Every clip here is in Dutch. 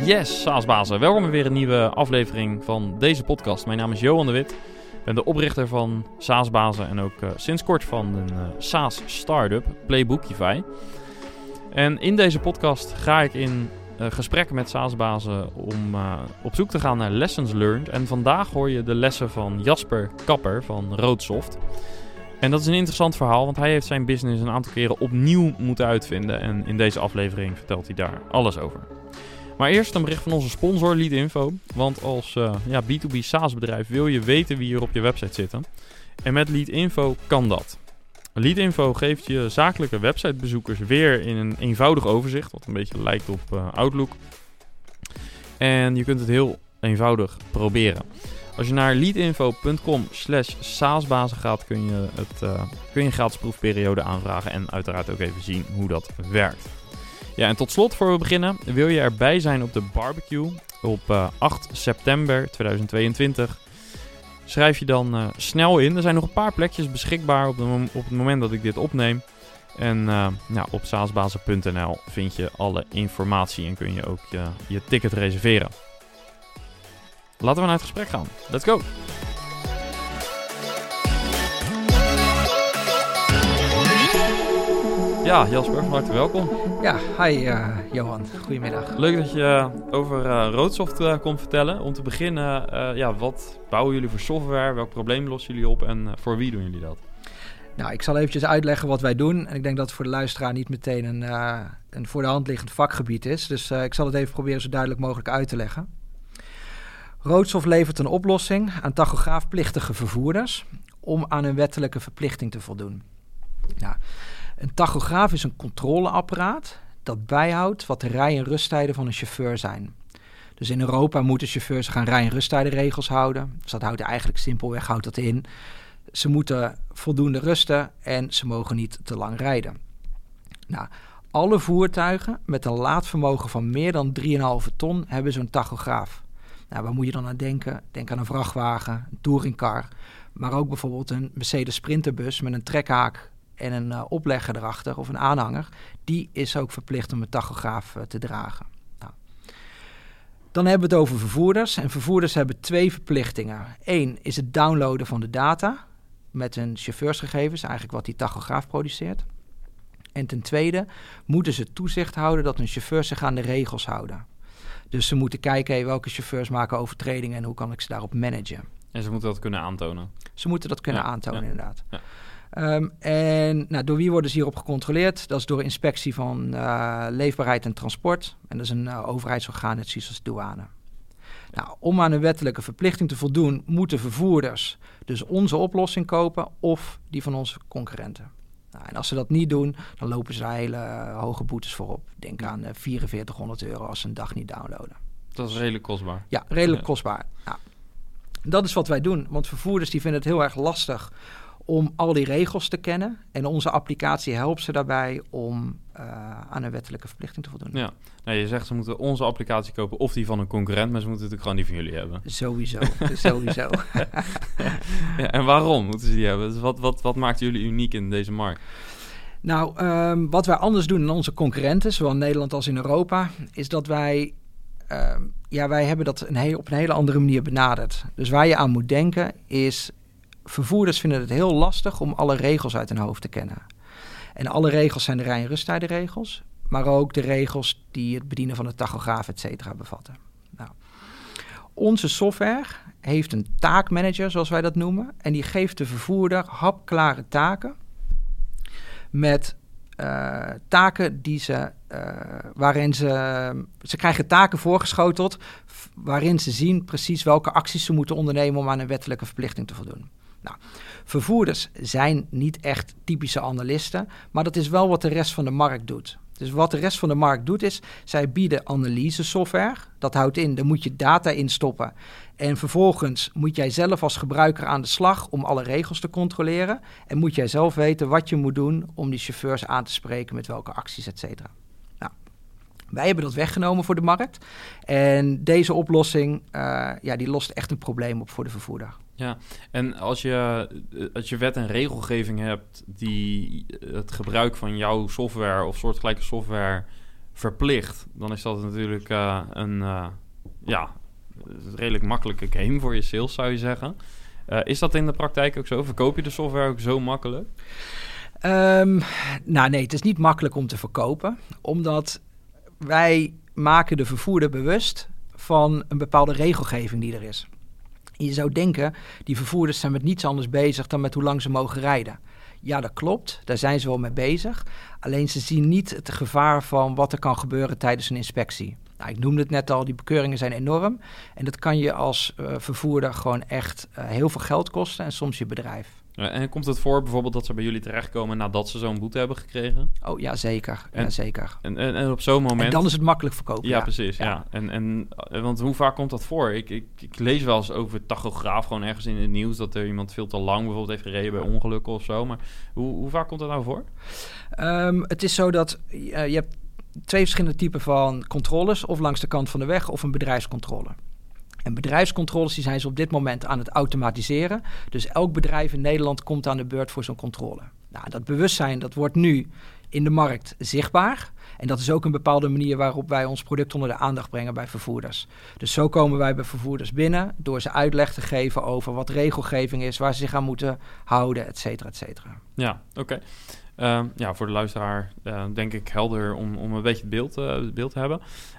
Yes, SaaS-bazen. Welkom bij weer een nieuwe aflevering van deze podcast. Mijn naam is Johan de Wit. Ik ben de oprichter van SaaS-bazen en ook sinds kort van een SaaS-startup, Playbookify. En in deze podcast ga ik in gesprekken met SaaS-bazen om op zoek te gaan naar lessons learned. En vandaag hoor je de lessen van Jasper Kapper van Roodsoft. En dat is een interessant verhaal, want hij heeft zijn business een aantal keren opnieuw moeten uitvinden. En in deze aflevering vertelt hij daar alles over. Maar eerst een bericht van onze sponsor Leadinfo. Want als B2B SaaS bedrijf wil je weten wie er op je website zitten. En met Leadinfo kan dat. Leadinfo geeft je zakelijke websitebezoekers weer in een eenvoudig overzicht. Wat een beetje lijkt op Outlook. En je kunt het heel eenvoudig proberen. Als je naar leadinfo.com/saasbazen gaat kun je een gratis proefperiode aanvragen. En uiteraard ook even zien hoe dat werkt. Ja, en tot slot, voor we beginnen, wil je erbij zijn op de barbecue op 8 september 2022. Schrijf je dan snel in. Er zijn nog een paar plekjes beschikbaar op het moment dat ik dit opneem. En op saasbazen.nl vind je alle informatie en kun je ook je ticket reserveren. Laten we naar het gesprek gaan. Let's go! Ja, Jasper, van harte welkom. Ja, hi Johan. Goedemiddag. Leuk dat je over Roodsoft komt vertellen. Om te beginnen, wat bouwen jullie voor software? Welk probleem lossen jullie op en voor wie doen jullie dat? Nou, ik zal eventjes uitleggen wat wij doen. En ik denk dat het voor de luisteraar niet meteen een voor de hand liggend vakgebied is. Dus ik zal het even proberen zo duidelijk mogelijk uit te leggen. Roodsoft levert een oplossing aan tachograafplichtige vervoerders om aan hun wettelijke verplichting te voldoen. Nou, een tachograaf is een controleapparaat dat bijhoudt wat de rij- en rusttijden van een chauffeur zijn. Dus in Europa moeten chauffeurs gaan rij- en rusttijdenregels houden. Dus dat houdt eigenlijk simpelweg dat in. Ze moeten voldoende rusten en ze mogen niet te lang rijden. Nou, alle voertuigen met een laadvermogen van meer dan 3,5 ton hebben zo'n tachograaf. Nou, waar moet je dan aan denken? Denk aan een vrachtwagen, een touringcar, maar ook bijvoorbeeld een Mercedes Sprinterbus met een trekhaak en een oplegger erachter of een aanhanger. Die is ook verplicht om een tachograaf te dragen. Nou. Dan hebben we het over vervoerders. En vervoerders hebben 2 verplichtingen. 1 is het downloaden van de data met hun chauffeursgegevens, eigenlijk wat die tachograaf produceert. En ten tweede moeten ze toezicht houden dat hun chauffeurs zich aan de regels houden. Dus ze moeten kijken welke chauffeurs maken overtredingen en hoe kan ik ze daarop managen. En ze moeten dat kunnen aantonen. Ze moeten dat kunnen aantonen, inderdaad. Ja. Door wie worden ze hierop gecontroleerd? Dat is door inspectie van leefbaarheid en transport. En dat is een overheidsorgaan, net zoals de douane. Nou, om aan een wettelijke verplichting te voldoen, moeten vervoerders dus onze oplossing kopen of die van onze concurrenten. Nou, en als ze dat niet doen, dan lopen ze daar hele hoge boetes voor op. Denk aan €4400 als ze een dag niet downloaden. Dat is redelijk kostbaar. Ja, redelijk kostbaar. Nou, dat is wat wij doen, want vervoerders die vinden het heel erg lastig om al die regels te kennen. En onze applicatie helpt ze daarbij om aan een wettelijke verplichting te voldoen. Ja, nou, je zegt ze moeten onze applicatie kopen of die van een concurrent, maar ze moeten natuurlijk gewoon die van jullie hebben. Sowieso. Ja, en waarom moeten ze die hebben? Dus wat maakt jullie uniek in deze markt? Nou, wat wij anders doen dan onze concurrenten, zowel in Nederland als in Europa, is dat wij hebben dat op een hele andere manier benaderd. Dus waar je aan moet denken is, vervoerders vinden het heel lastig om alle regels uit hun hoofd te kennen. En alle regels zijn de rij- en rusttijdenregels, maar ook de regels die het bedienen van de tachograaf, et cetera, bevatten. Nou, onze software heeft een taakmanager, zoals wij dat noemen, en die geeft de vervoerder hapklare taken met taken die waarin ze krijgen taken voorgeschoteld waarin ze zien precies welke acties ze moeten ondernemen om aan een wettelijke verplichting te voldoen. Nou, vervoerders zijn niet echt typische analisten, maar dat is wel wat de rest van de markt doet. Dus wat de rest van de markt doet is, zij bieden analysesoftware. Dat houdt in, daar moet je data in stoppen. En vervolgens moet jij zelf als gebruiker aan de slag om alle regels te controleren. En moet jij zelf weten wat je moet doen om die chauffeurs aan te spreken met welke acties, et cetera. Nou, wij hebben dat weggenomen voor de markt. En deze oplossing, die lost echt een probleem op voor de vervoerder. Ja, en als je wet en regelgeving hebt die het gebruik van jouw software of soortgelijke software verplicht, dan is dat natuurlijk een redelijk makkelijke game voor je sales, zou je zeggen. Is dat in de praktijk ook zo? Verkoop je de software ook zo makkelijk? Nee, het is niet makkelijk om te verkopen, omdat wij maken de vervoerder bewust van een bepaalde regelgeving die er is. Je zou denken, die vervoerders zijn met niets anders bezig dan met hoe lang ze mogen rijden. Ja, dat klopt. Daar zijn ze wel mee bezig. Alleen ze zien niet het gevaar van wat er kan gebeuren tijdens een inspectie. Nou, ik noemde het net al, die bekeuringen zijn enorm. En dat kan je als vervoerder gewoon echt heel veel geld kosten en soms je bedrijf. En komt het voor bijvoorbeeld dat ze bij jullie terechtkomen nadat ze zo'n boete hebben gekregen? Oh ja, zeker. Zeker. En op zo'n moment... En dan is het makkelijk verkopen. Ja, precies. Ja. Want hoe vaak komt dat voor? Ik lees wel eens over tachograaf gewoon ergens in het nieuws dat er iemand veel te lang bijvoorbeeld heeft gereden bij ongelukken of zo. Maar hoe vaak komt dat nou voor? Het is zo dat je hebt 2 verschillende typen van controles, of langs de kant van de weg of een bedrijfscontrole. En bedrijfscontroles die zijn ze op dit moment aan het automatiseren. Dus elk bedrijf in Nederland komt aan de beurt voor zo'n controle. Nou, dat bewustzijn dat wordt nu in de markt zichtbaar. En dat is ook een bepaalde manier waarop wij ons product onder de aandacht brengen bij vervoerders. Dus zo komen wij bij vervoerders binnen door ze uitleg te geven over wat regelgeving is, waar ze zich aan moeten houden, et cetera, et cetera. Ja, oké. Voor de luisteraar denk ik helder om een beetje het beeld te hebben.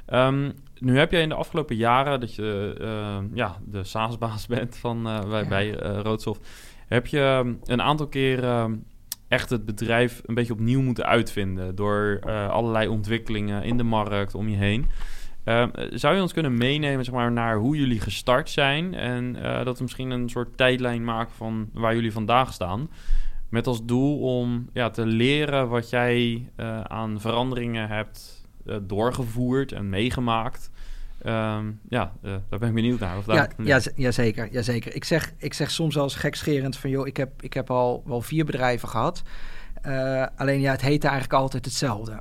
Nu heb jij in de afgelopen jaren dat je de SaaS-baas bent bij Roodsoft. Heb je een aantal keer echt het bedrijf een beetje opnieuw moeten uitvinden door allerlei ontwikkelingen in de markt om je heen. Zou je ons kunnen meenemen zeg maar, naar hoe jullie gestart zijn en dat we misschien een soort tijdlijn maken van waar jullie vandaag staan? Met als doel om te leren wat jij aan veranderingen hebt doorgevoerd en meegemaakt. Daar ben ik benieuwd naar. Jazeker. Ik zeg soms wel eens gekscherend van, joh, ik heb al wel 4 bedrijven gehad. Alleen het heette eigenlijk altijd hetzelfde.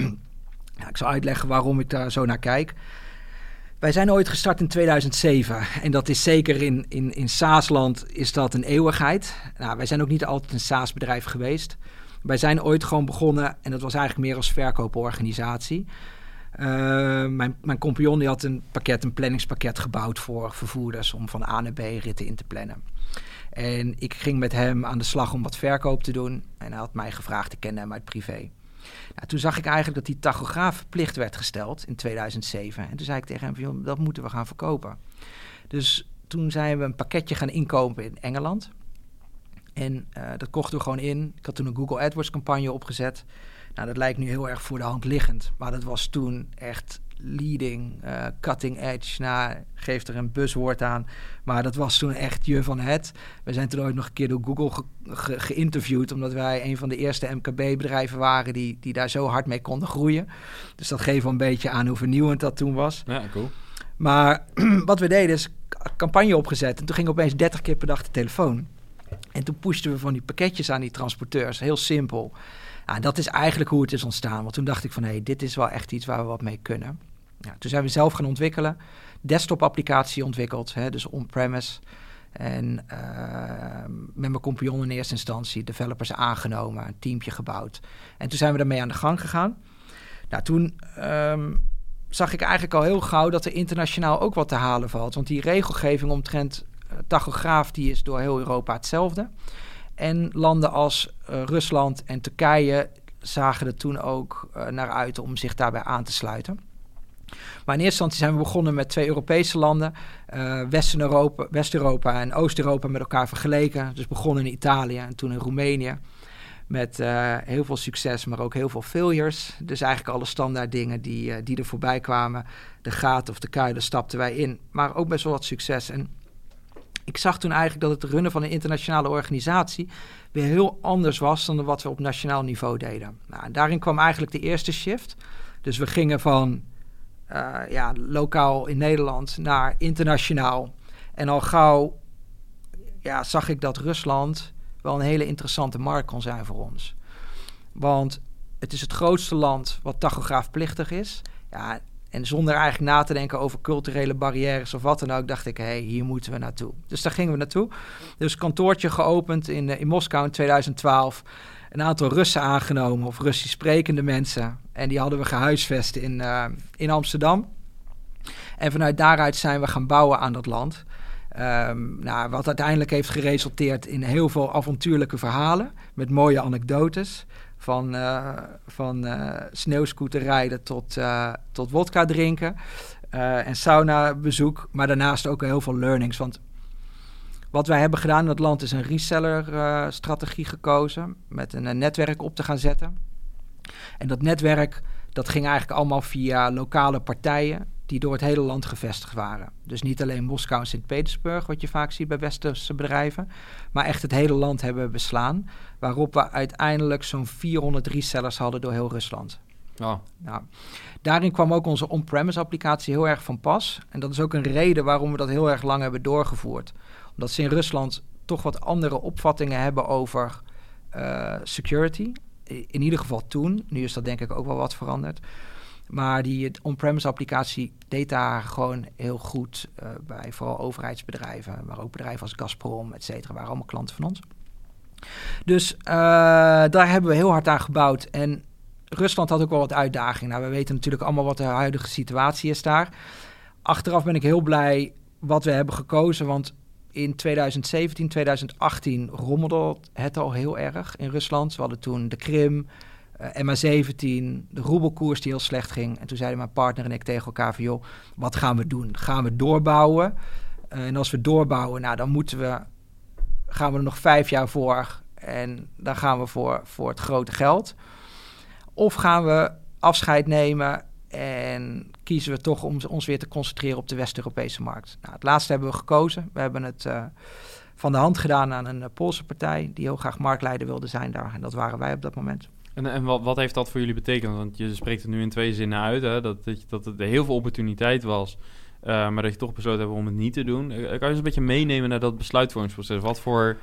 Ik zal uitleggen waarom ik daar zo naar kijk. Wij zijn ooit gestart in 2007 en dat is zeker in SaaS-land is dat een eeuwigheid. Nou, wij zijn ook niet altijd een SaaS-bedrijf geweest. Wij zijn ooit gewoon begonnen en dat was eigenlijk meer als verkooporganisatie. Mijn compagnon die had een planningspakket gebouwd voor vervoerders om van A naar B ritten in te plannen. En ik ging met hem aan de slag om wat verkoop te doen en hij had mij gevraagd, ik kende hem uit privé. Nou, toen zag ik eigenlijk dat die tachograaf verplicht werd gesteld in 2007. En toen zei ik tegen hem van, joh, dat moeten we gaan verkopen. Dus toen zijn we een pakketje gaan inkopen in Engeland. En dat kochten we gewoon in. Ik had toen een Google AdWords campagne opgezet. Nou, dat lijkt nu heel erg voor de hand liggend. Maar dat was toen echt leading, cutting edge. Nou, geef er een buzzwoord aan. Maar dat was toen echt je van het. We zijn toen ooit nog een keer door Google geïnterviewd, omdat wij een van de eerste MKB-bedrijven waren die daar zo hard mee konden groeien. Dus dat geeft wel een beetje aan hoe vernieuwend dat toen was. Ja, cool. Maar wat we deden is campagne opgezet en toen ging opeens 30 keer per dag de telefoon. En toen pushten we van die pakketjes aan die transporteurs. Heel simpel. Nou, dat is eigenlijk hoe het is ontstaan. Want toen dacht ik van, dit is wel echt iets waar we wat mee kunnen. Nou, toen zijn we zelf gaan ontwikkelen. Desktop-applicatie ontwikkeld, dus on-premise. En met mijn compagnon in eerste instantie developers aangenomen, een teampje gebouwd. En toen zijn we daarmee aan de gang gegaan. Nou, toen zag ik eigenlijk al heel gauw dat er internationaal ook wat te halen valt. Want die regelgeving omtrent tachograaf, die is door heel Europa hetzelfde. En landen als Rusland en Turkije zagen er toen ook naar uit om zich daarbij aan te sluiten. Maar in eerste instantie zijn we begonnen met 2 Europese landen. West-Europa en Oost-Europa met elkaar vergeleken. Dus begonnen in Italië en toen in Roemenië. Met heel veel succes, maar ook heel veel failures. Dus eigenlijk alle standaard dingen die er voorbij kwamen. De gaten of de kuilen stapten wij in. Maar ook best wel wat succes. En ik zag toen eigenlijk dat het runnen van een internationale organisatie weer heel anders was dan wat we op nationaal niveau deden. Nou, en daarin kwam eigenlijk de eerste shift. Dus we gingen van lokaal in Nederland naar internationaal. En al gauw zag ik dat Rusland wel een hele interessante markt kon zijn voor ons. Want het is het grootste land wat tachograafplichtig is. Ja, en zonder eigenlijk na te denken over culturele barrières of wat dan ook, dacht ik, hier moeten we naartoe. Dus daar gingen we naartoe. Dus kantoortje geopend in Moskou in 2012. Een aantal Russen aangenomen of Russisch sprekende mensen. En die hadden we gehuisvest in Amsterdam. En vanuit daaruit zijn we gaan bouwen aan dat land. Wat uiteindelijk heeft geresulteerd in heel veel avontuurlijke verhalen. Met mooie anekdotes. Van sneeuwscooter rijden tot wodka drinken. En sauna bezoek. Maar daarnaast ook heel veel learnings. Want wat wij hebben gedaan in dat land is een reseller strategie gekozen. Met een netwerk op te gaan zetten. En dat netwerk dat ging eigenlijk allemaal via lokale partijen die door het hele land gevestigd waren. Dus niet alleen Moskou en Sint-Petersburg, wat je vaak ziet bij westerse bedrijven, maar echt het hele land hebben beslaan, waarop we uiteindelijk zo'n 400 resellers hadden door heel Rusland. Oh. Nou, daarin kwam ook onze on-premise applicatie heel erg van pas. En dat is ook een reden waarom we dat heel erg lang hebben doorgevoerd. Omdat ze in Rusland toch wat andere opvattingen hebben over security. In ieder geval toen. Nu is dat denk ik ook wel wat veranderd. Maar die on-premise applicatie deed daar gewoon heel goed bij vooral overheidsbedrijven, maar ook bedrijven als Gazprom, et cetera, waren allemaal klanten van ons. Dus daar hebben we heel hard aan gebouwd. En Rusland had ook wel wat uitdagingen. Nou, we weten natuurlijk allemaal wat de huidige situatie is daar. Achteraf ben ik heel blij wat we hebben gekozen, want in 2017, 2018 rommelde het al heel erg in Rusland. We hadden toen de Krim, MH17, de roebelkoers die heel slecht ging. En toen zeiden mijn partner en ik tegen elkaar van, joh, wat gaan we doen? Gaan we doorbouwen? En als we doorbouwen, nou, dan gaan we er nog 5 jaar voor. En dan gaan we voor het grote geld. Of gaan we afscheid nemen en kiezen we toch om ons weer te concentreren op de West-Europese markt. Nou, het laatste hebben we gekozen. We hebben het van de hand gedaan aan een Poolse partij die heel graag marktleider wilde zijn daar. En dat waren wij op dat moment. En wat heeft dat voor jullie betekend? Want je spreekt het nu in 2 zinnen uit, hè? Dat er heel veel opportuniteit was, maar dat je toch besloten hebt om het niet te doen. Kan je eens een beetje meenemen naar dat besluitvormingsproces? Wat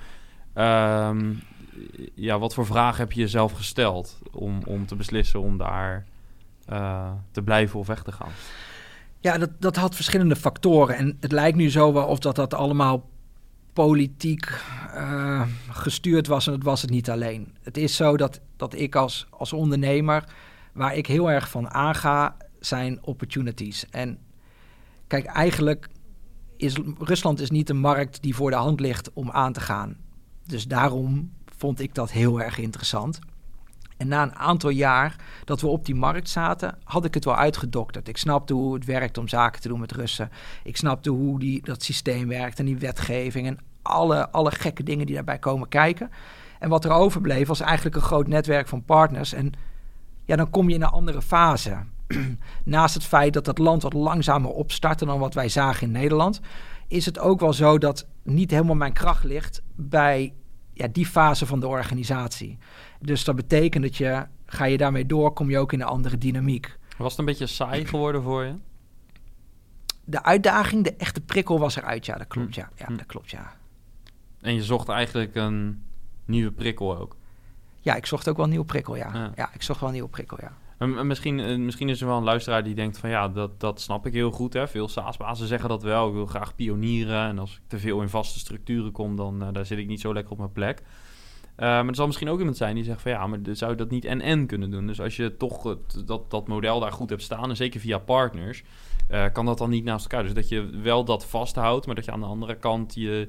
voor vragen heb je jezelf gesteld om te beslissen om daar te blijven of weg te gaan? Ja, dat had verschillende factoren. En het lijkt nu zo wel of dat allemaal politiek gestuurd was en dat was het niet alleen. Het is zo dat ik als ondernemer, waar ik heel erg van aanga, zijn opportunities. En kijk, eigenlijk Rusland is niet een markt die voor de hand ligt om aan te gaan. Dus daarom vond ik dat heel erg interessant. En na een aantal jaar dat we op die markt zaten, had ik het wel uitgedokterd. Ik snapte hoe het werkt om zaken te doen met Russen. Ik snapte hoe dat systeem werkt en die wetgeving en alle gekke dingen die daarbij komen kijken. En wat er overbleef was eigenlijk een groot netwerk van partners. En ja, dan kom je in een andere fase. Naast het feit dat het land wat langzamer opstartte dan wat wij zagen in Nederland, is het ook wel zo dat niet helemaal mijn kracht ligt bij die fase van de organisatie. Dus dat betekent dat ga je daarmee door, kom je ook in een andere dynamiek. Was het een beetje saai geworden voor je? De uitdaging, de echte prikkel was eruit, ja, dat klopt, ja. Ja, dat klopt, ja. En je zocht eigenlijk een nieuwe prikkel ook? Ja, ik zocht ook wel een nieuwe prikkel, ja. Ja, ik zocht wel een nieuwe prikkel, ja. En misschien is er wel een luisteraar die denkt van ja, dat snap ik heel goed. Hè? Veel SaaS-bazen zeggen dat wel. Ik wil graag pionieren. En als ik te veel in vaste structuren kom, dan daar zit ik niet zo lekker op mijn plek. Maar er zal misschien ook iemand zijn die zegt van ja, maar zou je dat niet en kunnen doen? Dus als je toch dat model daar goed hebt staan, en zeker via partners, kan dat dan niet naast elkaar. Dus dat je wel dat vasthoudt, maar dat je aan de andere kant je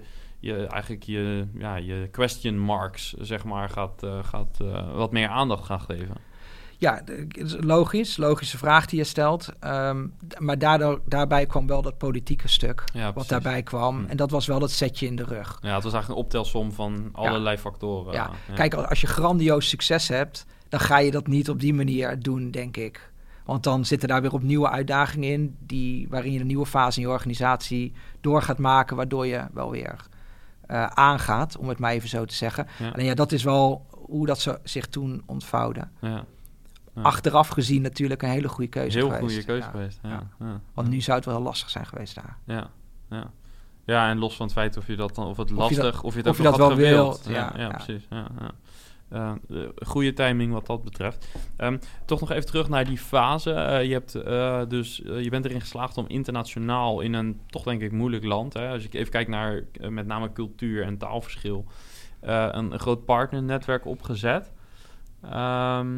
question marks, zeg maar, gaat wat meer aandacht gaan geven. Ja, logische vraag die je stelt. Maar daarbij kwam wel dat politieke stuk wat daarbij kwam. En dat was wel dat setje in de rug. Ja, het was eigenlijk een optelsom van allerlei factoren. Ja. Kijk, als je grandioos succes hebt, dan ga je dat niet op die manier doen, denk ik. Want dan zitten daar weer opnieuw uitdagingen in, waarin je een nieuwe fase in je organisatie door gaat maken, waardoor je wel weer aangaat, om het maar even zo te zeggen. Ja. Alleen dat is wel hoe dat zich toen ontvouwde. Ja. Ja. Achteraf gezien natuurlijk een hele goede keuze geweest. Heel goede keuze geweest, ja. Want nu zou het wel heel lastig zijn geweest daar. Ja, en los van het feit of je dat dan, of het lastig, of je het ook nog had gewild. Wilt. Ja, precies. Goede timing wat dat betreft. Toch nog even terug naar die fase. Je bent erin geslaagd om internationaal in een toch denk ik moeilijk land, hè, als ik even kijk naar met name cultuur en taalverschil, een groot partnernetwerk opgezet.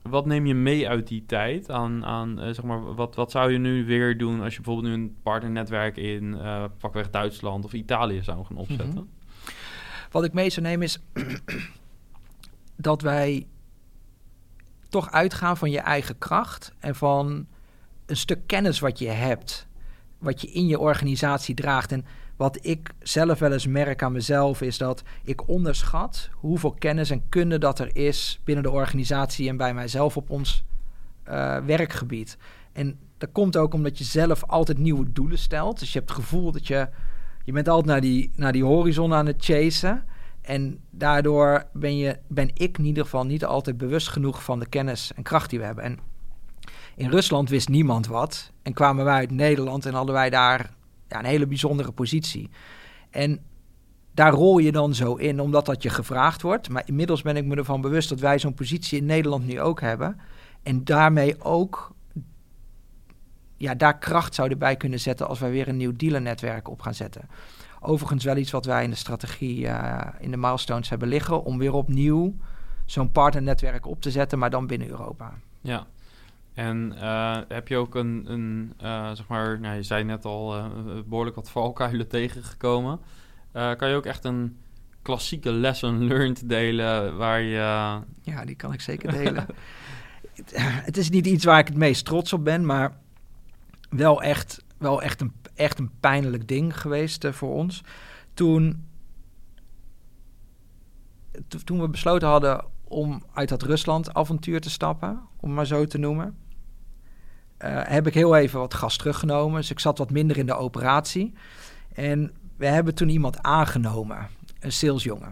wat neem je mee uit die tijd? Zeg maar, wat zou je nu weer doen als je bijvoorbeeld nu een partnernetwerk in pakweg Duitsland of Italië zou gaan opzetten? Mm-hmm. Wat ik mee zou nemen is dat wij toch uitgaan van je eigen kracht en van een stuk kennis wat je hebt, wat je in je organisatie draagt. En wat ik zelf wel eens merk aan mezelf is dat ik onderschat hoeveel kennis en kunde dat er is binnen de organisatie en bij mijzelf op ons werkgebied. En dat komt ook omdat je zelf altijd nieuwe doelen stelt. Dus je hebt het gevoel dat je bent altijd naar die horizon aan het chasen. En daardoor ben ik in ieder geval niet altijd bewust genoeg van de kennis en kracht die we hebben. En in Rusland wist niemand wat. En kwamen wij uit Nederland en hadden wij daar een hele bijzondere positie. En daar rol je dan zo in, omdat dat je gevraagd wordt. Maar inmiddels ben ik me ervan bewust dat wij zo'n positie in Nederland nu ook hebben. En daarmee ook daar kracht zouden bij kunnen zetten als wij weer een nieuw dealernetwerk op gaan zetten. Overigens wel iets wat wij in de strategie, in de milestones hebben liggen, om weer opnieuw zo'n partnernetwerk op te zetten, maar dan binnen Europa. Ja. En heb je ook zeg maar, je zei net al, behoorlijk wat valkuilen tegengekomen. Kan je ook echt een klassieke lesson learned delen waar je... Ja, die kan ik zeker delen. Het is niet iets waar ik het meest trots op ben, maar wel echt een pijnlijk ding geweest voor ons. Toen we besloten hadden om uit dat Rusland-avontuur te stappen, om maar zo te noemen, heb ik heel even wat gas teruggenomen. Dus ik zat wat minder in de operatie. En we hebben toen iemand aangenomen, een salesjongen.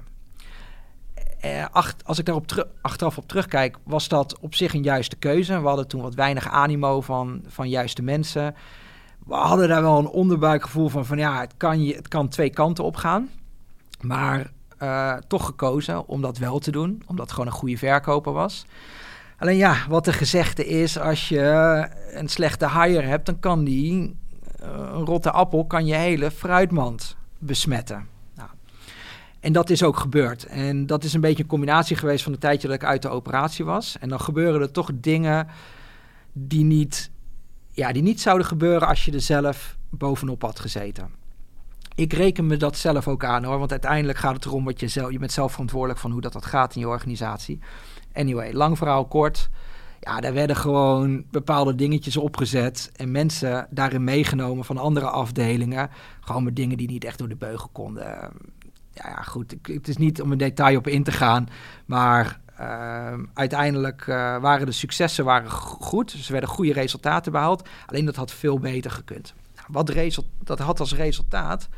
Als ik daar achteraf op terugkijk, was dat op zich een juiste keuze. We hadden toen wat weinig animo van juiste mensen. We hadden daar wel een onderbuikgevoel van het kan twee kanten op gaan. Maar toch gekozen om dat wel te doen, omdat het gewoon een goede verkoper was. Alleen wat de gezegde is, als je een slechte hire hebt, dan kan een rotte appel kan je hele fruitmand besmetten. Nou, en dat is ook gebeurd. En dat is een beetje een combinatie geweest van de tijdje dat ik uit de operatie was. En dan gebeuren er toch dingen die niet zouden gebeuren als je er zelf bovenop had gezeten. Ik reken me dat zelf ook aan, hoor. Want uiteindelijk gaat het erom je bent zelf verantwoordelijk van hoe dat gaat in je organisatie. Anyway, lang verhaal kort. Ja, daar werden gewoon bepaalde dingetjes opgezet en mensen daarin meegenomen van andere afdelingen. Gewoon met dingen die niet echt door de beugel konden. Goed, het is niet om een detail op in te gaan, maar uiteindelijk waren de successen goed. Dus er werden goede resultaten behaald. Alleen dat had veel beter gekund. Dat had als resultaat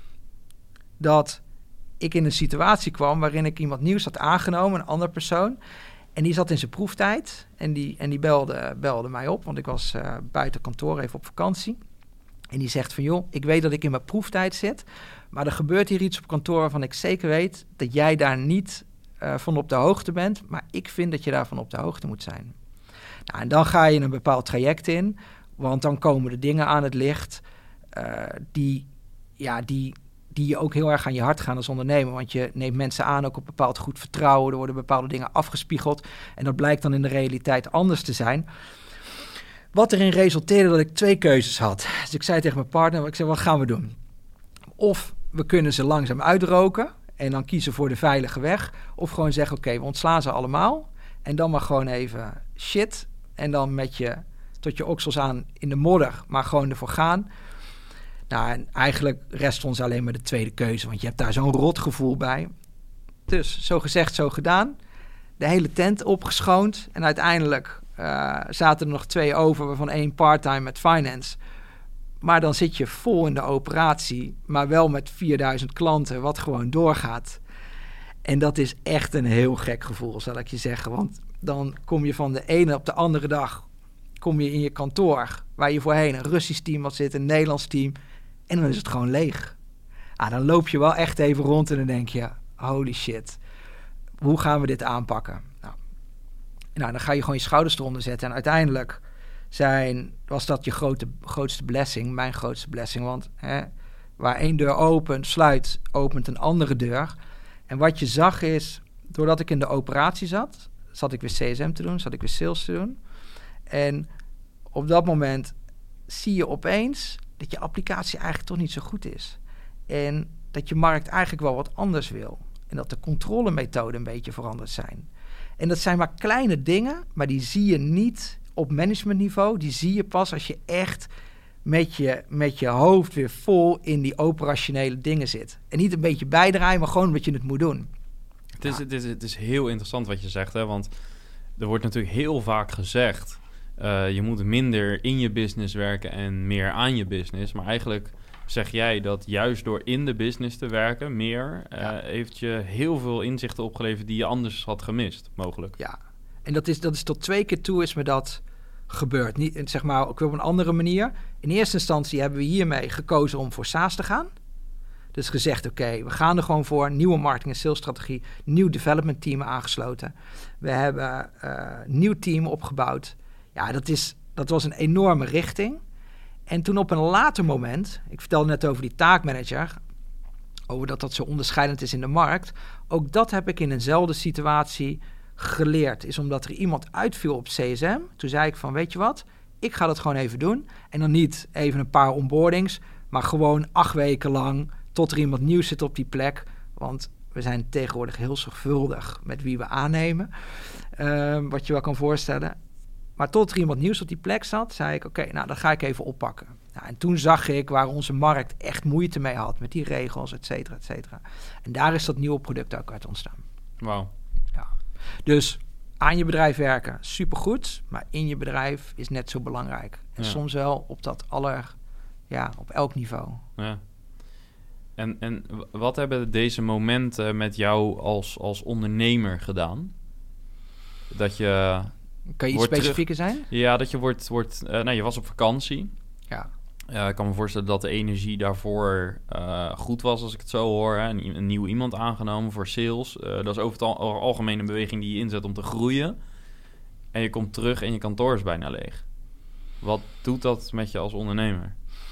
dat ik in een situatie kwam waarin ik iemand nieuws had aangenomen, een andere persoon. En die zat in zijn proeftijd en die belde mij op, want ik was buiten kantoor even op vakantie. En die zegt van, joh, ik weet dat ik in mijn proeftijd zit, maar er gebeurt hier iets op kantoor waarvan ik zeker weet dat jij daar niet van op de hoogte bent, maar ik vind dat je daarvan op de hoogte moet zijn. Nou, en dan ga je een bepaald traject in, want dan komen er dingen aan het licht die je ook heel erg aan je hart gaan als ondernemer. Want je neemt mensen aan ook op bepaald goed vertrouwen. Er worden bepaalde dingen afgespiegeld. En dat blijkt dan in de realiteit anders te zijn. Wat erin resulteerde dat ik 2 keuzes had. Dus ik zei tegen mijn partner, wat gaan we doen? Of we kunnen ze langzaam uitroken en dan kiezen voor de veilige weg. Of gewoon zeggen, oké, we ontslaan ze allemaal. En dan maar gewoon even shit. En dan tot je oksels aan in de modder, maar gewoon ervoor gaan. Nou, en eigenlijk rest ons alleen maar de tweede keuze, want je hebt daar zo'n rotgevoel bij. Dus, zo gezegd, zo gedaan. De hele tent opgeschoond en uiteindelijk zaten er nog 2 over, waarvan 1 part-time met finance. Maar dan zit je vol in de operatie, maar wel met 4000 klanten, wat gewoon doorgaat. En dat is echt een heel gek gevoel, zal ik je zeggen. Want dan kom je van de ene op de andere dag kom je in je kantoor, waar je voorheen een Russisch team had zitten, een Nederlands team, en dan is het gewoon leeg. Dan loop je wel echt even rond en dan denk je, holy shit, hoe gaan we dit aanpakken? Nou, dan ga je gewoon je schouders eronder zetten en uiteindelijk was dat je grootste blessing, mijn grootste blessing, want waar 1 deur opent een andere deur. En wat je zag is, doordat ik in de operatie zat zat ik weer CSM te doen, zat ik weer sales te doen. En op dat moment zie je opeens dat je applicatie eigenlijk toch niet zo goed is. En dat je markt eigenlijk wel wat anders wil. En dat de controlemethoden een beetje veranderd zijn. En dat zijn maar kleine dingen, maar die zie je niet op managementniveau. Die zie je pas als je echt met je hoofd weer vol in die operationele dingen zit. En niet een beetje bijdraaien, maar gewoon omdat je het moet doen. Het is heel interessant wat je zegt, hè? Want er wordt natuurlijk heel vaak gezegd... je moet minder in je business werken en meer aan je business. Maar eigenlijk zeg jij dat juist door in de business te werken heeft je heel veel inzichten opgeleverd die je anders had gemist, mogelijk. Ja, en dat is tot 2 keer toe is me dat gebeurd. Niet, zeg maar, ook op een andere manier. In eerste instantie hebben we hiermee gekozen om voor SaaS te gaan. Dus gezegd, oké, we gaan er gewoon voor. Nieuwe marketing- en salesstrategie. Nieuw development team aangesloten. We hebben een nieuw team opgebouwd. Ja, dat was een enorme richting. En toen op een later moment... Ik vertelde net over die taakmanager... over dat zo onderscheidend is in de markt. Ook dat heb ik in eenzelfde situatie geleerd. Is omdat er iemand uitviel op CSM. Toen zei ik van, weet je wat? Ik ga dat gewoon even doen. En dan niet even een paar onboardings... maar gewoon 8 weken lang... tot er iemand nieuw zit op die plek. Want we zijn tegenwoordig heel zorgvuldig... met wie we aannemen. Wat je wel kan voorstellen... Maar tot er iemand nieuws op die plek zat, zei ik... oké, nou, dat ga ik even oppakken. Nou, en toen zag ik waar onze markt echt moeite mee had... met die regels, et cetera, et cetera. En daar is dat nieuwe product ook uit ontstaan. Wauw. Ja. Dus aan je bedrijf werken, supergoed... maar in je bedrijf is net zo belangrijk. En soms wel op dat op elk niveau. Ja. En wat hebben deze momenten met jou als ondernemer gedaan? Dat je... Kan je iets specifieker zijn? Ja, dat je je was op vakantie. Ja. Ik kan me voorstellen dat de energie daarvoor goed was, als ik het zo hoor. Hè? Een nieuw iemand aangenomen voor sales. Dat is over het algemeen een beweging die je inzet om te groeien. En je komt terug en je kantoor is bijna leeg. Wat doet dat met je als ondernemer?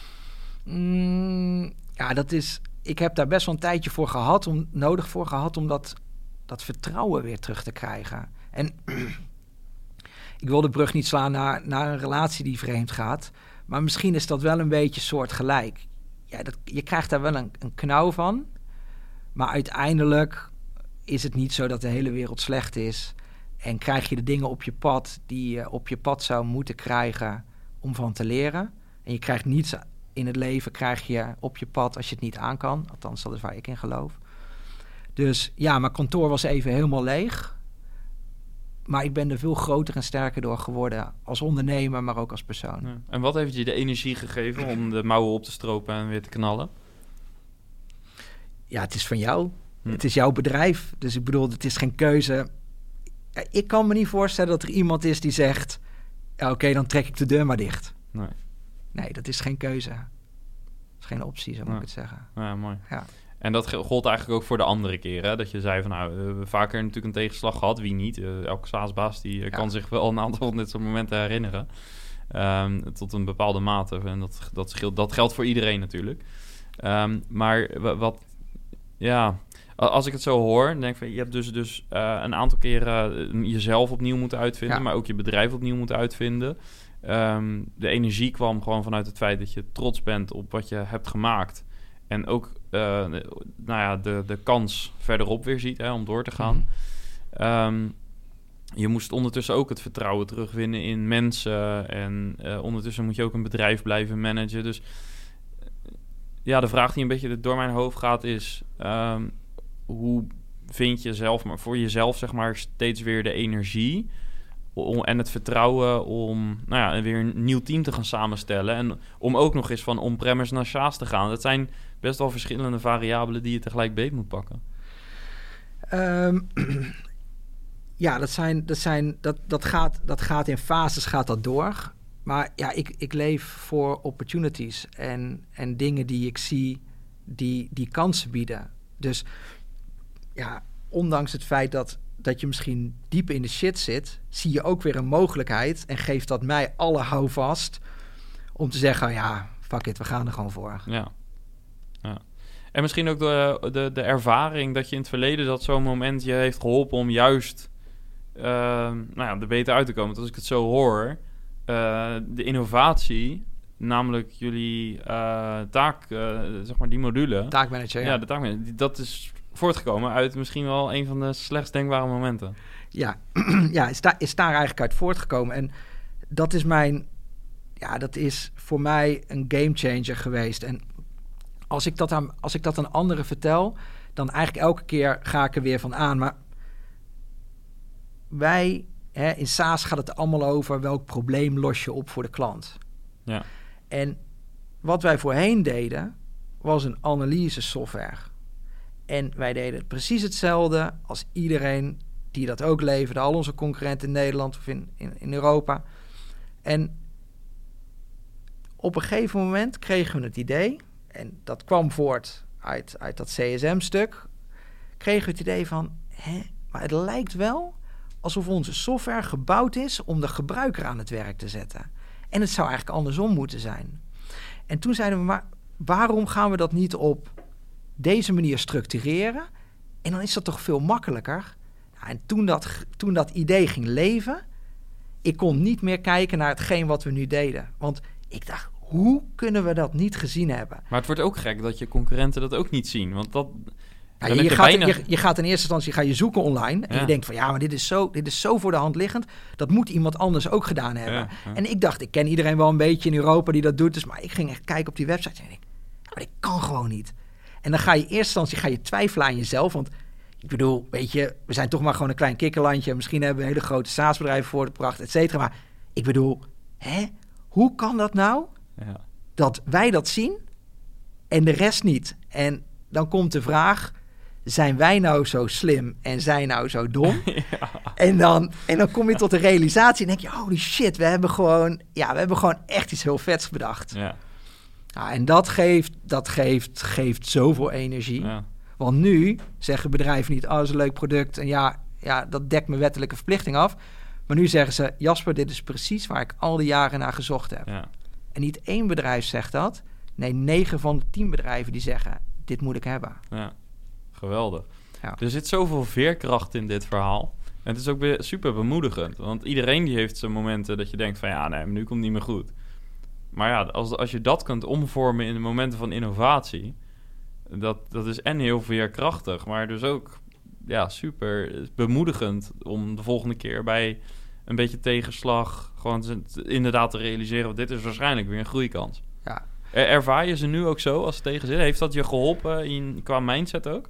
Ik heb daar best wel een tijdje nodig voor gehad... om dat vertrouwen weer terug te krijgen. En... Ik wil de brug niet slaan naar een relatie die vreemd gaat. Maar misschien is dat wel een beetje soortgelijk. Ja, je krijgt daar wel een knauw van. Maar uiteindelijk is het niet zo dat de hele wereld slecht is. En krijg je de dingen op je pad die je op je pad zou moeten krijgen om van te leren. En je krijgt niets in het leven op je pad als je het niet aan kan. Althans, dat is waar ik in geloof. Dus ja, mijn kantoor was even helemaal leeg. Maar ik ben er veel groter en sterker door geworden als ondernemer, maar ook als persoon. Ja. En wat heeft je de energie gegeven om de mouwen op te stropen en weer te knallen? Ja, het is van jou. Het is jouw bedrijf. Dus ik bedoel, het is geen keuze. Ik kan me niet voorstellen dat er iemand is die zegt... Ja, oké, dan trek ik de deur maar dicht. Nee, dat is geen keuze. Dat is geen optie, zo moet ik het zeggen. Ja, mooi. Ja. En dat gold eigenlijk ook voor de andere keren. Dat je zei van, we hebben vaker natuurlijk een tegenslag gehad. Wie niet? Elke SaaS-baas kan zich wel een aantal van dit soort momenten herinneren. Tot een bepaalde mate. En dat geldt voor iedereen natuurlijk. Maar als ik het zo hoor, dan denk ik van, je hebt dus een aantal keren jezelf opnieuw moeten uitvinden. Maar ook je bedrijf opnieuw moeten uitvinden. De energie kwam gewoon vanuit het feit dat je trots bent op wat je hebt gemaakt. En ook de kans verderop weer ziet om door te gaan. Je moest ondertussen ook het vertrouwen terugwinnen in mensen. En ondertussen moet je ook een bedrijf blijven managen. Dus de vraag die een beetje door mijn hoofd gaat is... hoe vind je zelf, maar voor jezelf zeg maar, steeds weer de energie... en het vertrouwen om weer een nieuw team te gaan samenstellen... en om ook nog eens van on-premise naar SaaS te gaan. Dat zijn best wel verschillende variabelen die je tegelijk beet moet pakken. Dat gaat in fases gaat dat door. Maar ja, ik leef voor opportunities en dingen die ik zie die kansen bieden. Dus ja, ondanks het feit dat je misschien diep in de shit zit, zie je ook weer een mogelijkheid en geeft dat mij alle houvast om te zeggen, fuck it, we gaan er gewoon voor. Ja. En misschien ook de ervaring dat je in het verleden dat zo'n moment je heeft geholpen om juist er beter uit te komen. Want als ik het zo hoor, de innovatie, namelijk jullie taak, zeg maar die module. Taakmanager, Ja, de taakmanager. Dat is voortgekomen uit misschien wel een van de slechtst denkbare momenten. Ja, is daar eigenlijk uit voortgekomen. En dat is dat is voor mij een gamechanger geweest. En als ik dat aan anderen vertel, dan eigenlijk elke keer ga ik er weer van aan. Maar wij, in SaaS gaat het allemaal over welk probleem los je op voor de klant. Ja. En wat wij voorheen deden, was een analyse software. En wij deden precies hetzelfde als iedereen die dat ook leverde. Al onze concurrenten in Nederland of in Europa. En op een gegeven moment kregen we het idee, en dat kwam voort uit dat CSM-stuk, kregen we het idee van, maar het lijkt wel alsof onze software gebouwd is om de gebruiker aan het werk te zetten. En het zou eigenlijk andersom moeten zijn. En toen zeiden we, maar waarom gaan we dat niet op deze manier structureren? En dan is dat toch veel makkelijker. Nou, en toen dat idee ging leven, ik kon niet meer kijken naar hetgeen wat we nu deden. Want ik dacht, hoe kunnen we dat niet gezien hebben? Maar het wordt ook gek dat je concurrenten dat ook niet zien. Want dat... Ja, je gaat in eerste instantie zoeken online. En je denkt van, maar dit is zo voor de hand liggend. Dat moet iemand anders ook gedaan hebben. Ja. En ik dacht, ik ken iedereen wel een beetje in Europa die dat doet. Dus, maar ik ging echt kijken op die website. En ik maar dit kan gewoon niet. En dan ga je in eerste instantie twijfelen aan jezelf. Want ik bedoel, weet je, we zijn toch maar gewoon een klein kikkerlandje. Misschien hebben we hele grote SaaS-bedrijven voortgebracht, et cetera. Maar ik bedoel, hoe kan dat nou? Ja. Dat wij dat zien en de rest niet. En dan komt de vraag, zijn wij nou zo slim en zij nou zo dom? Ja. En dan kom je tot de realisatie en denk je, holy shit, we hebben gewoon echt iets heel vets bedacht. Ja. Nou, en dat geeft zoveel energie. Ja. Want nu zeggen bedrijven niet, dat is een leuk product en ja, dat dekt mijn wettelijke verplichting af. Maar nu zeggen ze, Jasper, dit is precies waar ik al die jaren naar gezocht heb. Ja. En niet één bedrijf zegt dat. Nee, 9 van de 10 bedrijven die zeggen, dit moet ik hebben. Ja, geweldig. Ja. Er zit zoveel veerkracht in dit verhaal. En het is ook weer super bemoedigend. Want iedereen die heeft zijn momenten dat je denkt van, nee, nu komt het niet meer goed. Maar ja, als je dat kunt omvormen in de momenten van innovatie, dat is en heel veerkrachtig, maar dus ook super bemoedigend om de volgende keer bij een beetje tegenslag gewoon inderdaad te realiseren, want dit is waarschijnlijk weer een groeikans. Ja. Ervaar je ze nu ook zo als het tegen zit? Heeft dat je geholpen qua mindset ook?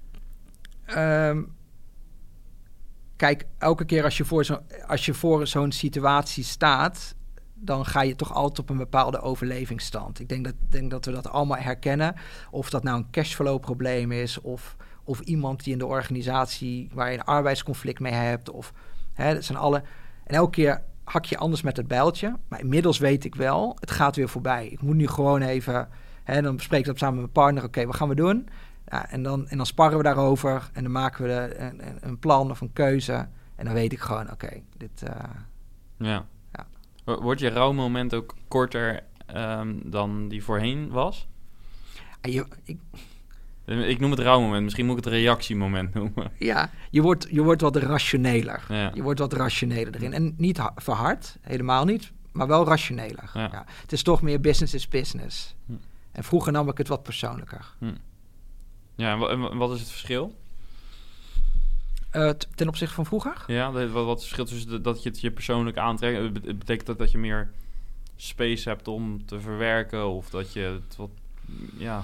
Kijk, elke keer als je voor zo'n situatie staat, dan ga je toch altijd op een bepaalde overlevingsstand. Ik denk dat we dat allemaal herkennen. Of dat nou een cashflow probleem is, of iemand die in de organisatie waar je een arbeidsconflict mee hebt, dat zijn alle. En elke keer hak je anders met het bijltje. Maar inmiddels weet ik wel, het gaat weer voorbij. Ik moet nu gewoon even, dan bespreek ik dat samen met mijn partner. Oké, wat gaan we doen? Ja, en dan sparren we daarover en dan maken we een plan of een keuze. En dan weet ik gewoon, oké, dit. Ja. Wordt je rouwmoment ook korter dan die voorheen was? Ik noem het rouwmoment. Misschien moet ik het reactiemoment noemen. Ja, je wordt wat rationeler. Ja. Je wordt wat rationeler erin. En niet verhard, helemaal niet, maar wel rationeler. Ja. Ja. Het is toch meer business is business. En vroeger nam ik het wat persoonlijker. Ja, en wat is het verschil? Ten opzichte van vroeger? Ja, wat is het verschil tussen dat je het je persoonlijk aantrekt? Betekent dat je meer space hebt om te verwerken? Of dat je het wat... Ja,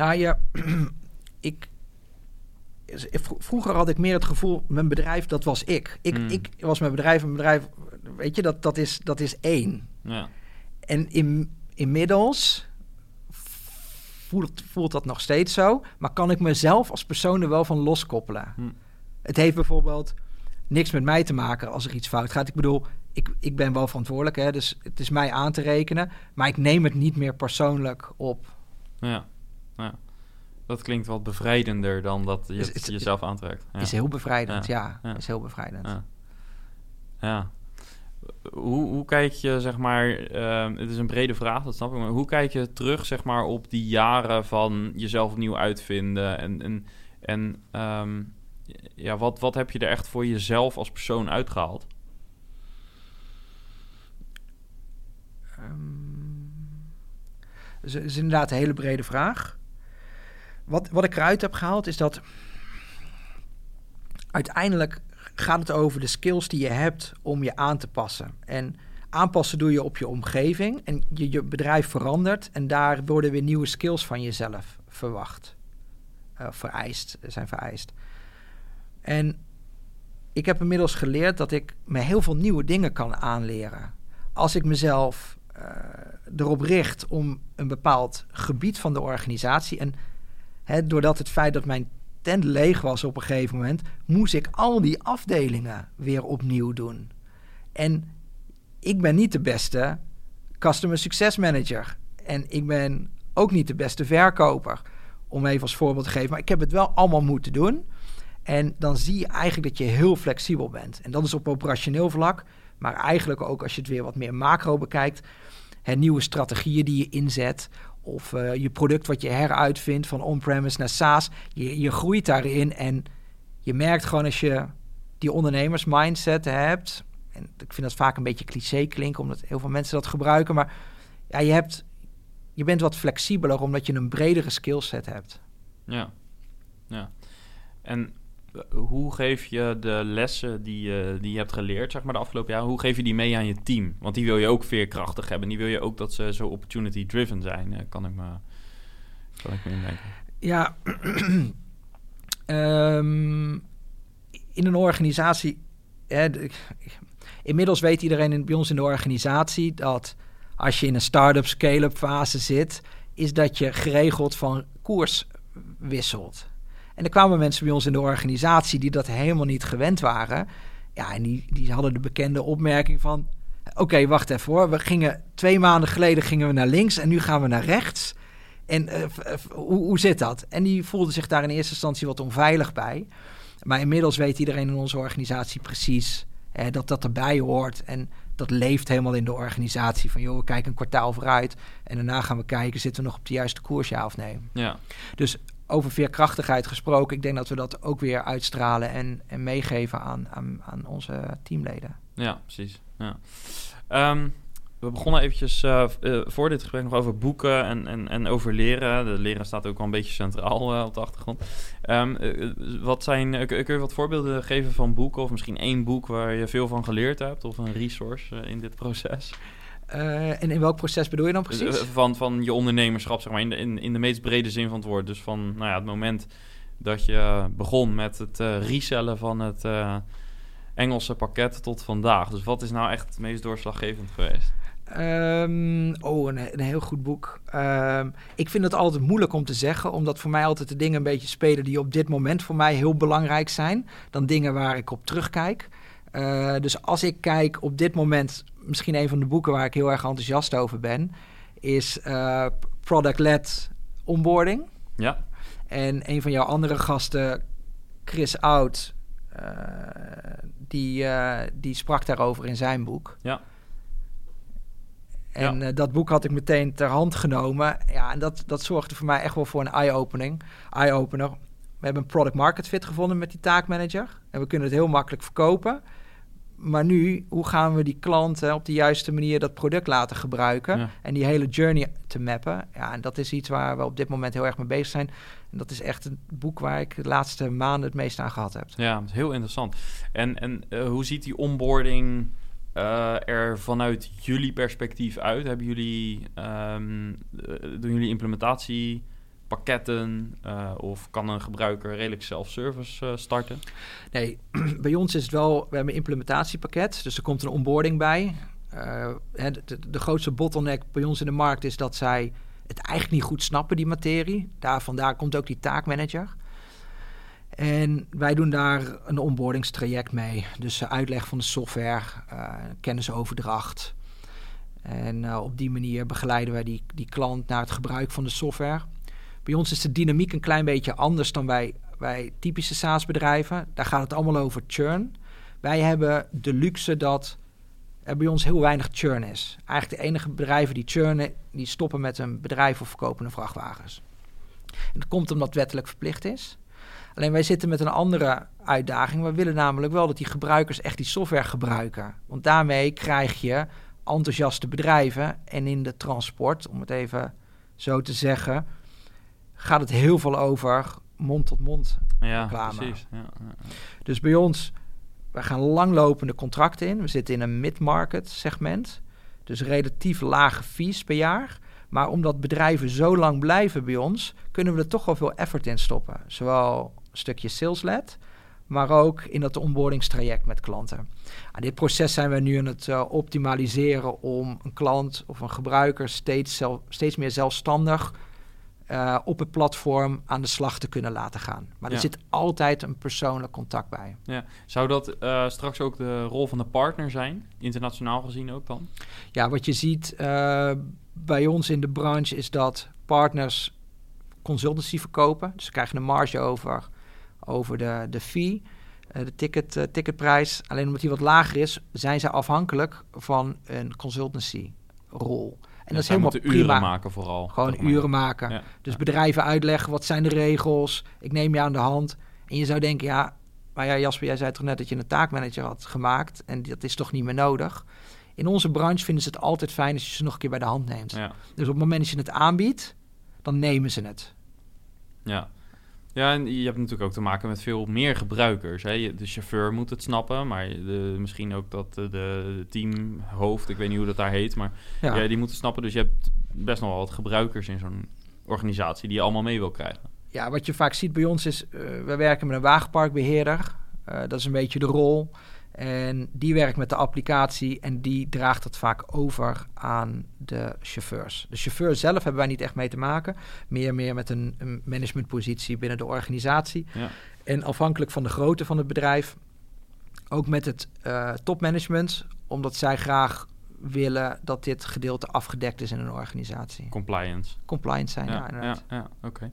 vroeger had ik meer het gevoel, mijn bedrijf, dat was ik. Ik was mijn bedrijf, weet je, dat is één. Ja. En inmiddels voelt dat nog steeds zo, maar kan ik mezelf als persoon er wel van loskoppelen. Het heeft bijvoorbeeld niks met mij te maken als er iets fout gaat. Ik bedoel, ik ben wel verantwoordelijk, dus het is mij aan te rekenen, maar ik neem het niet meer persoonlijk op. Ja. Dat klinkt wat bevrijdender dan dat je het jezelf aantrekt. Ja. Is heel bevrijdend, ja. Is heel bevrijdend. Ja. Hoe kijk je, zeg maar... het is een brede vraag, dat snap ik. Maar hoe kijk je terug, zeg maar, op die jaren van jezelf opnieuw uitvinden? En ja, wat heb je er echt voor jezelf als persoon uitgehaald? Dat is inderdaad een hele brede vraag. Wat ik eruit heb gehaald is dat uiteindelijk gaat het over de skills die je hebt om je aan te passen. En aanpassen doe je op je omgeving en je bedrijf verandert en daar worden weer nieuwe skills van jezelf verwacht. Zijn vereist. En ik heb inmiddels geleerd dat ik me heel veel nieuwe dingen kan aanleren. Als ik mezelf erop richt om een bepaald gebied van de organisatie en doordat het feit dat mijn tent leeg was op een gegeven moment, moest ik al die afdelingen weer opnieuw doen. En ik ben niet de beste customer success manager. En ik ben ook niet de beste verkoper, om even als voorbeeld te geven. Maar ik heb het wel allemaal moeten doen. En dan zie je eigenlijk dat je heel flexibel bent. En dat is op operationeel vlak, maar eigenlijk ook als je het weer wat meer macro bekijkt, nieuwe strategieën die je inzet, of je product wat je heruitvindt van on-premise naar SaaS. Je groeit daarin en je merkt gewoon als je die ondernemers-mindset hebt, en ik vind dat vaak een beetje cliché klinken, omdat heel veel mensen dat gebruiken, maar ja, je bent wat flexibeler omdat je een bredere skillset hebt. Ja. En hoe geef je de lessen die je hebt geleerd, zeg maar, de afgelopen jaren, hoe geef je die mee aan je team? Want die wil je ook veerkrachtig hebben. Die wil je ook dat ze zo opportunity-driven zijn, kan ik me indenken. Ja, in een organisatie, inmiddels weet iedereen bij ons in de organisatie dat als je in een start-up, scale-up fase zit, is dat je geregeld van koers wisselt. En er kwamen mensen bij ons in de organisatie die dat helemaal niet gewend waren. Ja, en die hadden de bekende opmerking van, oké, wacht even hoor. 2 maanden geleden naar links en nu gaan we naar rechts. En hoe zit dat? En die voelde zich daar in eerste instantie wat onveilig bij. Maar inmiddels weet iedereen in onze organisatie precies dat dat erbij hoort. En dat leeft helemaal in de organisatie. Van joh, we kijken een kwartaal vooruit. En daarna gaan we kijken, zitten we nog op de juiste koers, ja of nee? Ja. Dus over veerkrachtigheid gesproken, ik denk dat we dat ook weer uitstralen en meegeven aan onze teamleden. Ja, precies. Ja. We begonnen eventjes voor dit gesprek nog over boeken en over leren. De leren staat ook wel een beetje centraal op de achtergrond. Kun je wat voorbeelden geven van boeken of misschien 1 boek waar je veel van geleerd hebt of een resource in dit proces? En in welk proces bedoel je dan precies? Van je ondernemerschap, zeg maar, in de meest brede zin van het woord. Dus van het moment dat je begon met het resellen van het Engelse pakket tot vandaag. Dus wat is nou echt het meest doorslaggevend geweest? Een heel goed boek. Ik vind het altijd moeilijk om te zeggen, omdat voor mij altijd de dingen een beetje spelen die op dit moment voor mij heel belangrijk zijn, dan dingen waar ik op terugkijk. Dus als ik kijk op dit moment, misschien een van de boeken waar ik heel erg enthousiast over ben, is Product-led Onboarding. Ja. En een van jouw andere gasten, Chris Oud, die sprak daarover in zijn boek. Ja. En dat boek had ik meteen ter hand genomen. Ja, en dat zorgde voor mij echt wel voor een eye-opener. We hebben een product market fit gevonden met die taakmanager. En we kunnen het heel makkelijk verkopen. Maar nu, hoe gaan we die klanten op de juiste manier dat product laten gebruiken? Ja. En die hele journey te mappen. Ja, en dat is iets waar we op dit moment heel erg mee bezig zijn. En dat is echt een boek waar ik de laatste maanden het meest aan gehad heb. Ja, heel interessant. En hoe ziet die onboarding er vanuit jullie perspectief uit? Hebben jullie, doen jullie implementatiepakketten of kan een gebruiker redelijk self-service starten? Nee, bij ons is het wel, we hebben een implementatiepakket, dus er komt een onboarding bij. De grootste bottleneck bij ons in de markt is dat zij het eigenlijk niet goed snappen, die materie. Vandaar komt ook die taakmanager. En wij doen daar een onboardingstraject mee. Dus uitleg van de software, kennisoverdracht. En op die manier begeleiden wij die klant naar het gebruik van de software. Bij ons is de dynamiek een klein beetje anders dan bij typische SaaS-bedrijven. Daar gaat het allemaal over churn. Wij hebben de luxe dat er bij ons heel weinig churn is. Eigenlijk de enige bedrijven die churnen, die stoppen met een bedrijf of verkopen vrachtwagens. En dat komt omdat het wettelijk verplicht is. Alleen wij zitten met een andere uitdaging. We willen namelijk wel dat die gebruikers echt die software gebruiken. Want daarmee krijg je enthousiaste bedrijven. En in de transport, om het even zo te zeggen, gaat het heel veel over mond-tot-mond reclame. Precies. Ja. Dus bij ons, we gaan langlopende contracten in. We zitten in een mid-market segment. Dus relatief lage fees per jaar. Maar omdat bedrijven zo lang blijven bij ons, kunnen we er toch wel veel effort in stoppen. Zowel een stukje sales-led, maar ook in dat onboardingstraject met klanten. Aan dit proces zijn we nu aan het optimaliseren om een klant of een gebruiker steeds meer zelfstandig op het platform aan de slag te kunnen laten gaan. Maar er zit altijd een persoonlijk contact bij. Ja. Zou dat straks ook de rol van de partner zijn? Internationaal gezien ook dan? Ja, wat je ziet bij ons in de branche is dat partners consultancy verkopen. Dus ze krijgen een marge over de fee, de ticketprijs. Alleen omdat die wat lager is, zijn ze afhankelijk van een consultancy rol. En dat is helemaal prima. Uren maken vooral. Gewoon uren maken. Ja. Dus bedrijven uitleggen, wat zijn de regels? Ik neem je aan de hand. En je zou denken, maar ja, Jasper, jij zei toch net dat je een taakmanager had gemaakt. En dat is toch niet meer nodig? In onze branche vinden ze het altijd fijn als je ze nog een keer bij de hand neemt. Ja. Dus op het moment dat je het aanbiedt, dan nemen ze het. Ja. Ja, en je hebt natuurlijk ook te maken met veel meer gebruikers. Hè? De chauffeur moet het snappen, maar misschien ook dat de teamhoofd, ik weet niet hoe dat daar heet, maar die moeten snappen. Dus je hebt best nog wel wat gebruikers in zo'n organisatie die je allemaal mee wil krijgen. Ja, wat je vaak ziet bij ons is, we werken met een wagenparkbeheerder. Dat is een beetje de rol. En die werkt met de applicatie en die draagt het vaak over aan de chauffeurs. De chauffeur zelf hebben wij niet echt mee te maken. Meer met een managementpositie binnen de organisatie. Ja. En afhankelijk van de grootte van het bedrijf, ook met het topmanagement, omdat zij graag willen dat dit gedeelte afgedekt is in een organisatie. Compliance zijn, ja inderdaad. Ja, oké.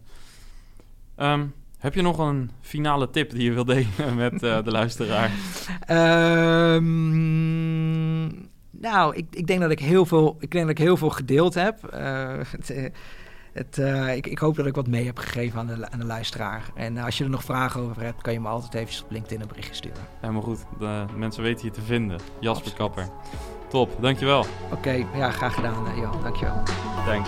Heb je nog een finale tip die je wil delen met de luisteraar? Ik denk dat ik heel veel gedeeld heb. Ik hoop dat ik wat mee heb gegeven aan de luisteraar. En als je er nog vragen over hebt, kan je me altijd eventjes op LinkedIn een berichtje sturen. Helemaal goed. De mensen weten je te vinden. Jasper Kapper. Top, dankjewel. Oké, graag gedaan, Johan. Dankjewel. Dank.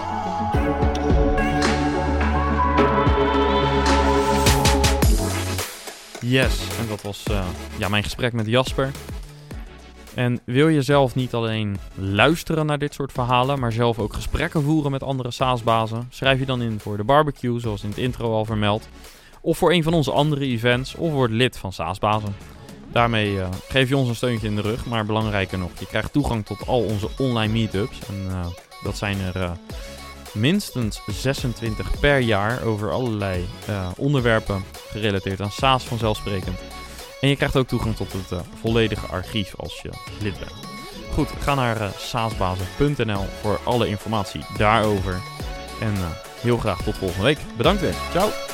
Yes, en dat was mijn gesprek met Jasper. En wil je zelf niet alleen luisteren naar dit soort verhalen, maar zelf ook gesprekken voeren met andere SaaS-bazen? Schrijf je dan in voor de barbecue, zoals in het intro al vermeld. Of voor een van onze andere events, of word lid van SaaS-bazen. Daarmee geef je ons een steuntje in de rug, maar belangrijker nog, je krijgt toegang tot al onze online meetups. En dat zijn er minstens 26 per jaar over allerlei onderwerpen gerelateerd aan SaaS vanzelfsprekend. En je krijgt ook toegang tot het volledige archief als je lid bent. Goed, ga naar saasbazen.nl voor alle informatie daarover. En heel graag tot volgende week. Bedankt weer. Ciao.